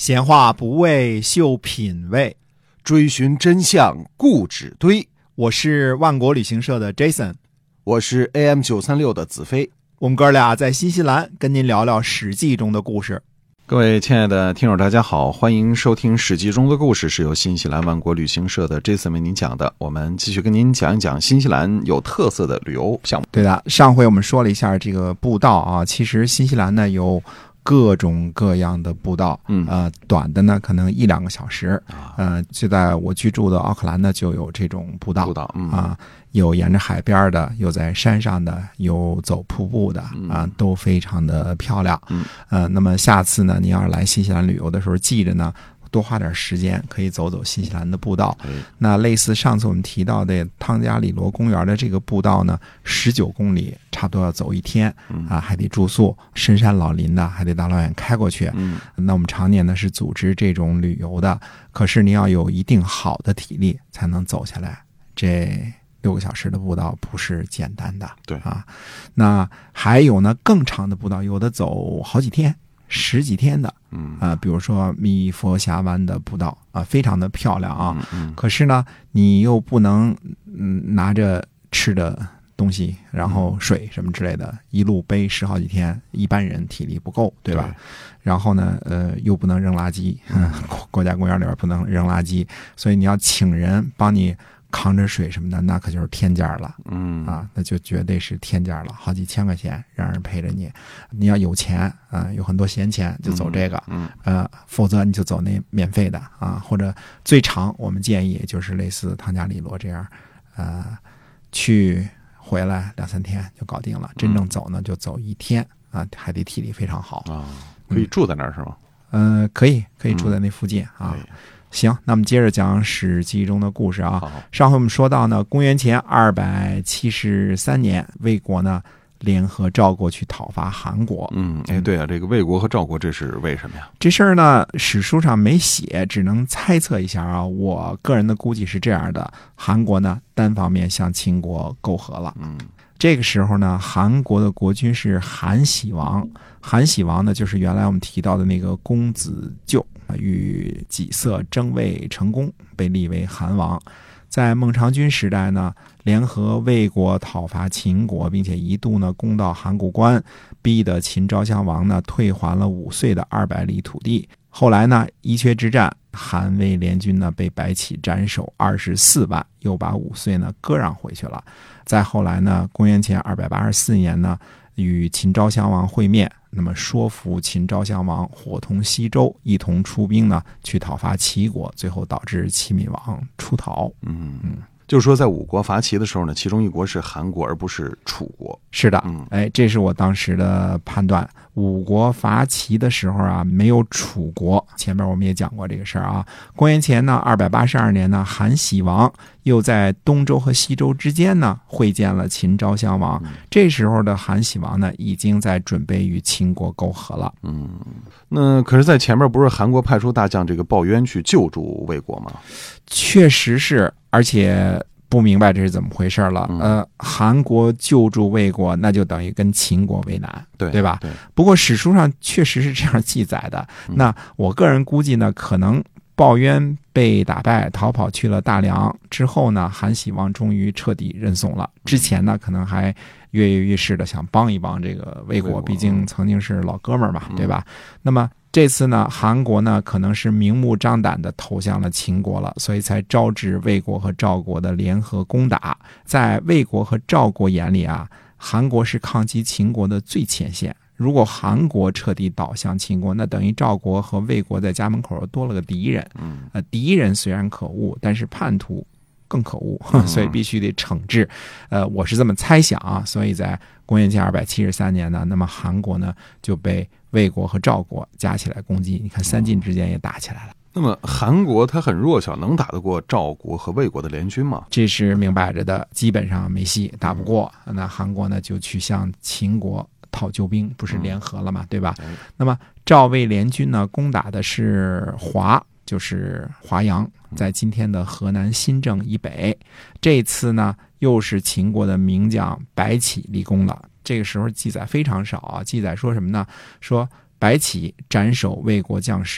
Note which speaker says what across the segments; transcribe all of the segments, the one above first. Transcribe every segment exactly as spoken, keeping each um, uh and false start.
Speaker 1: 闲话不为秀品味，
Speaker 2: 追寻真相固执堆。
Speaker 1: 我是万国旅行社的 Jason，
Speaker 2: 我是 A M 九三六 的子飞。
Speaker 1: 我们哥俩在新西兰跟您聊聊史记中的故事。
Speaker 3: 各位亲爱的听友大家好，欢迎收听史记中的故事，是由新西兰万国旅行社的 Jason 为您讲的。我们继续跟您讲一讲新西兰有特色的旅游项目。
Speaker 1: 对的，上回我们说了一下这个步道啊，其实新西兰呢有各种各样的步道，
Speaker 3: 嗯，
Speaker 1: 呃，短的呢可能一两个小时，呃，就在我居住的奥克兰呢就有这种步道，
Speaker 3: 步道，嗯
Speaker 1: 啊，有沿着海边的，有在山上的，有走瀑布的，啊，都非常的漂亮，
Speaker 3: 嗯，
Speaker 1: 呃，那么下次呢，你要是来新西兰旅游的时候，记着呢，多花点时间可以走走新西兰的步道。那类似上次我们提到的汤加里罗公园的这个步道呢，十九公里，差不多要走一天啊，还得住宿，深山老林的，还得大老远开过去。
Speaker 3: 嗯，
Speaker 1: 那我们常年呢是组织这种旅游的，可是你要有一定好的体力才能走下来。这六个小时的步道不是简单的，
Speaker 3: 对
Speaker 1: 啊。那还有呢更长的步道，有的走好几天。十几天的，
Speaker 3: 嗯
Speaker 1: 啊、呃，比如说米佛峡湾的步道啊、呃，非常的漂亮啊。
Speaker 3: 嗯嗯、
Speaker 1: 可是呢，你又不能嗯拿着吃的东西，然后水什么之类的，一路背十好几天，一般人体力不够，对吧？
Speaker 3: 对
Speaker 1: 然后呢，呃，又不能扔垃圾，嗯，国家公园里边不能扔垃圾，所以你要请人帮你扛着水什么的，那可就是天价了，
Speaker 3: 嗯
Speaker 1: 啊，那就绝对是天价了，好几千块钱让人陪着你。你要有钱啊，有很多闲钱就走这个，
Speaker 3: 嗯，
Speaker 1: 呃，否则你就走那免费的啊，或者最长我们建议就是类似汤加里罗这样，呃，去回来两三天就搞定了。真正走呢就走一天啊，还得体力非常好
Speaker 3: 啊，可以住在那儿是吗？
Speaker 1: 呃，可以，可以住在那附近、
Speaker 3: 嗯、
Speaker 1: 啊。行，那么接着讲史记中的故事啊。
Speaker 3: 好，
Speaker 1: 上回我们说到呢，公元前二百七十三年，魏国呢联合赵国去讨伐韩国。
Speaker 3: 嗯，哎，对啊，这个魏国和赵国这是为什么呀？
Speaker 1: 这事儿呢，史书上没写，只能猜测一下啊。我个人的估计是这样的：韩国呢单方面向秦国媾和了。
Speaker 3: 嗯，
Speaker 1: 这个时候呢，韩国的国君是韩喜王。韩喜王呢，就是原来我们提到的那个公子纠，与己色争位成功，被立为韩王。在孟尝君时代呢，联合魏国讨伐秦国，并且一度呢攻到函谷关，逼得秦昭襄王呢退还了五岁的二百里土地。后来呢，伊阙之战，韩魏联军呢被白起斩首二十四万，又把五岁呢割让回去了。再后来呢，公元前二百八十四年呢，与秦昭襄王会面，那么说服秦昭襄王伙同西周一同出兵呢，去讨伐齐国，最后导致齐闵王出逃。
Speaker 3: 嗯嗯，就是说在五国伐齐的时候呢，其中一国是韩国，而不是楚国。
Speaker 1: 是的，
Speaker 3: 嗯，
Speaker 1: 哎，这是我当时的判断。五国伐齐的时候啊，没有楚国。前面我们也讲过这个事儿啊。公元前呢二百八十二年呢，韩喜王又在东周和西周之间呢会见了秦昭襄王。
Speaker 3: 嗯、
Speaker 1: 这时候的韩喜王呢，已经在准备与秦国媾和了。
Speaker 3: 嗯，那可是，在前面不是韩国派出大将这个鲍渊去救助魏国吗？
Speaker 1: 确实是，而且不明白这是怎么回事了。
Speaker 3: 嗯、
Speaker 1: 呃，韩国救助魏国，那就等于跟秦国为难，
Speaker 3: 对
Speaker 1: 对吧？
Speaker 3: 对。
Speaker 1: 不过史书上确实是这样记载的。
Speaker 3: 嗯、
Speaker 1: 那我个人估计呢，可能鲍渊被打败，逃跑去了大梁之后呢，韩喜王终于彻底认怂了。之前呢，可能还跃跃欲试的想帮一帮这个魏国，毕竟曾经是老哥们儿嘛，
Speaker 3: 嗯、
Speaker 1: 对吧？那么这次呢，韩国呢可能是明目张胆的投向了秦国了，所以才招致魏国和赵国的联合攻打。在魏国和赵国眼里啊，韩国是抗击秦国的最前线。如果韩国彻底倒向秦国，那等于赵国和魏国在家门口多了个敌人。呃，敌人虽然可恶，但是叛徒更可恶，所以必须得惩治。呃，我是这么猜想啊。所以在公元前二百七十三年呢，那么韩国呢就被魏国和赵国加起来攻击。你看三晋之间也打起来了。
Speaker 3: 那么韩国它很弱小，能打得过赵国和魏国的联军吗？
Speaker 1: 这是明摆着的，基本上没戏，打不过。那韩国呢就去向秦国讨救兵，不是联合了嘛，对吧？那么赵魏联军呢攻打的是华，就是华阳，在今天的河南新郑以北。这次呢又是秦国的名将白起立功了。这个时候记载非常少啊，记载说什么呢？说白起斩首魏国将士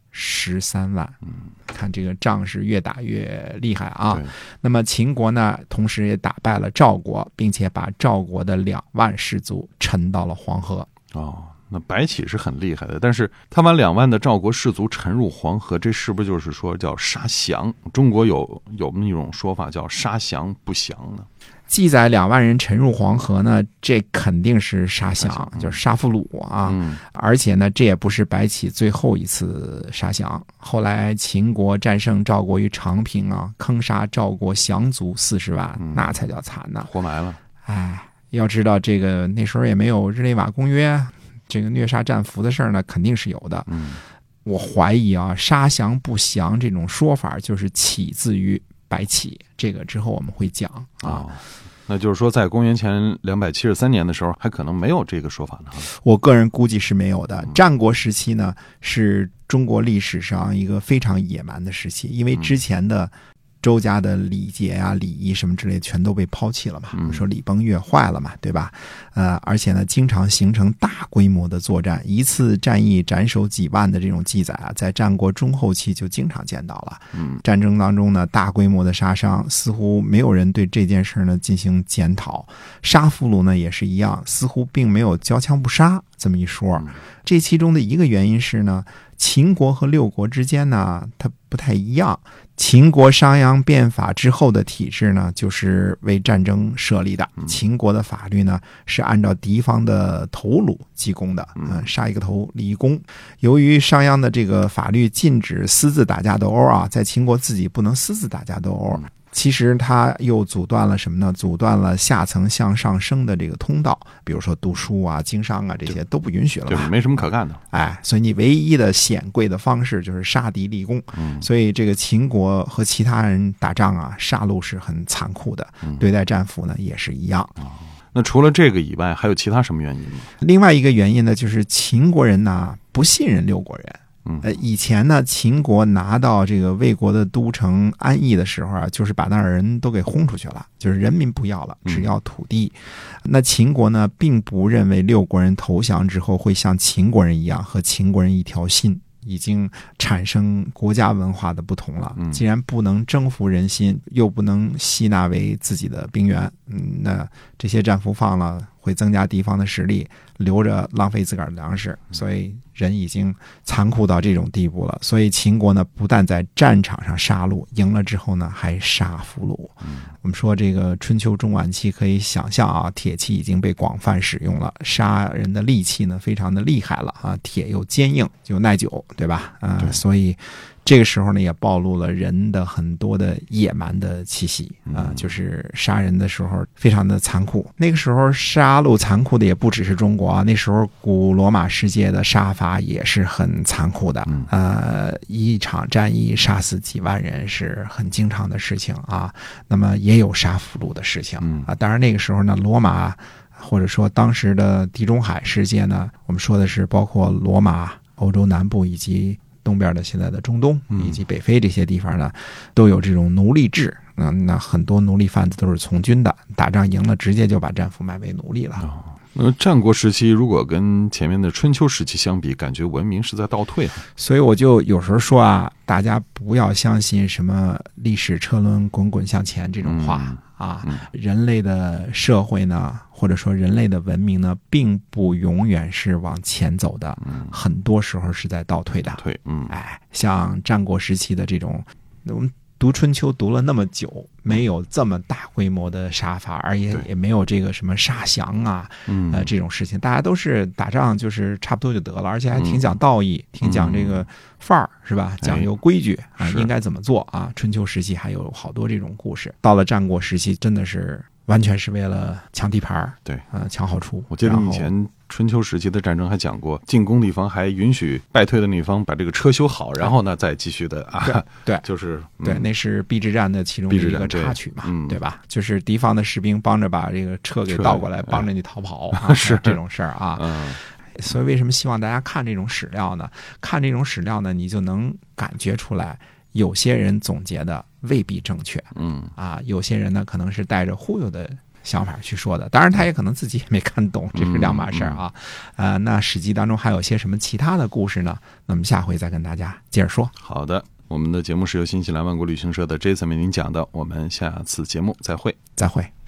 Speaker 1: 十三万。
Speaker 3: 嗯，
Speaker 1: 看这个仗是越打越厉害啊。
Speaker 3: 对，
Speaker 1: 那么秦国呢，同时也打败了赵国，并且把赵国的两万士卒沉到了黄河。
Speaker 3: 哦，那白起是很厉害的，但是他把两万的赵国士卒沉入黄河，这是不是就是说叫杀降？中国有有那种说法叫杀降不降呢？
Speaker 1: 记载两万人沉入黄河呢，这肯定是杀降，
Speaker 3: 嗯、
Speaker 1: 就是杀俘虏啊。
Speaker 3: 嗯，
Speaker 1: 而且呢，这也不是白起最后一次杀降。后来秦国战胜赵国于长平啊，坑杀赵国降卒四十万，
Speaker 3: 嗯、
Speaker 1: 那才叫惨呢，
Speaker 3: 活埋了。
Speaker 1: 哎，要知道这个那时候也没有日内瓦公约，这个虐杀战俘的事儿呢，肯定是有的。
Speaker 3: 嗯，
Speaker 1: 我怀疑啊，杀降不降这种说法就是起自于白起，这个之后我们会讲啊。
Speaker 3: 哦，那就是说，在公元前两百七十三年的时候，还可能没有这个说法呢。
Speaker 1: 我个人估计是没有的。战国时期呢，是中国历史上一个非常野蛮的时期，因为之前的周家的礼节啊、礼仪什么之类的全都被抛弃了嘛，
Speaker 3: 嗯、
Speaker 1: 说礼崩乐坏了嘛，对吧？呃，而且呢，经常形成大规模的作战，一次战役斩首几万的这种记载啊，在战国中后期就经常见到了。
Speaker 3: 嗯，
Speaker 1: 战争当中呢，大规模的杀伤，似乎没有人对这件事呢进行检讨。杀俘虏呢也是一样，似乎并没有交枪不杀这么一说。
Speaker 3: 嗯、
Speaker 1: 这其中的一个原因是呢，秦国和六国之间呢，它不太一样。秦国商鞅变法之后的体制呢，就是为战争设立的。秦国的法律呢，是按照敌方的头颅记功的，嗯，杀一个头立一功。由于商鞅的这个法律禁止私自打架斗殴啊，在秦国自己不能私自打架斗殴。其实他又阻断了什么呢？阻断了下层向上升的这个通道，比如说读书啊、经商啊，这些都不允许了吧？
Speaker 3: 对，没什么可干的。
Speaker 1: 哎，所以你唯一的显贵的方式就是杀敌立功。
Speaker 3: 嗯，
Speaker 1: 所以这个秦国和其他人打仗啊，杀戮是很残酷的，
Speaker 3: 嗯、
Speaker 1: 对待战俘呢也是一样。
Speaker 3: 哦，那除了这个以外，还有其他什么原因吗？
Speaker 1: 另外一个原因呢，就是秦国人呢不信任六国人。呃，以前呢，秦国拿到这个魏国的都城安邑的时候啊，就是把那儿人都给轰出去了，就是人民不要了，只要土地。嗯、那秦国呢，并不认为六国人投降之后会像秦国人一样和秦国人一条心，已经产生国家文化的不同了。既然不能征服人心，又不能吸纳为自己的兵源，嗯，那这些战俘放了会增加敌方的实力，留着浪费自个儿的粮食，所以人已经残酷到这种地步了。所以秦国呢，不但在战场上杀戮，赢了之后呢，还杀俘虏。我们说这个春秋中晚期可以想象啊，铁器已经被广泛使用了，杀人的利器呢非常的厉害了啊，铁又坚硬又耐久，对吧？啊、呃，所以这个时候呢，也暴露了人的很多的野蛮的气息啊、呃，就是杀人的时候非常的残酷。那个时候杀戮残酷的也不只是中国啊，那时候古罗马世界的杀法也是很残酷的。呃，一场战役杀死几万人是很经常的事情啊。那么也有杀俘虏的事情啊。当然那个时候呢，罗马或者说当时的地中海世界呢，我们说的是包括罗马、欧洲南部以及东边的现在的中东以及北非这些地方呢，都有这种奴隶制。那那很多奴隶贩子都是从军的，打仗赢了直接就把战俘卖为奴隶了。
Speaker 3: 哦，那战国时期如果跟前面的春秋时期相比，感觉文明是在倒退啊。
Speaker 1: 所以我就有时候说啊，大家不要相信什么历史车轮滚滚向前这种话。嗯啊，人类的社会呢，或者说人类的文明呢，并不永远是往前走的，很多时候是在倒退的。
Speaker 3: 退，嗯，
Speaker 1: 哎，像战国时期的这种，我们读春秋读了那么久，没有这么大规模的杀伐，而也也没有这个什么杀降啊，呃这种事情，大家都是打仗就是差不多就得了，而且还挺讲道义，嗯、挺讲这个范儿，是吧？讲究规矩啊，应该怎么做啊？春秋时期还有好多这种故事，到了战国时期，真的是完全是为了抢地盘，
Speaker 3: 对，
Speaker 1: 呃，抢好处。
Speaker 3: 我记得以前春秋时期的战争还讲过，进攻的一方还允许败退的那一方把这个车修好，然后呢再继续的啊，
Speaker 1: 对，对
Speaker 3: 就是、嗯、
Speaker 1: 对，那是邲之战的其中的一个插曲嘛， 对,、嗯、对吧？就是敌方的士兵帮着把这个车给倒过来，帮着你逃跑，啊、是这种事儿啊。
Speaker 3: 嗯，
Speaker 1: 所以为什么希望大家看这种史料呢？看这种史料呢，你就能感觉出来，有些人总结的未必正确，
Speaker 3: 嗯
Speaker 1: 啊，有些人呢可能是带着忽悠的想法去说的。当然他也可能自己也没看懂，这是两码事啊。呃，那史记当中还有些什么其他的故事呢？那么下回再跟大家接着说。
Speaker 3: 好的，我们的节目是由新西兰万国旅行社的 Jason 为您讲的，我们下次节目再会。
Speaker 1: 再会。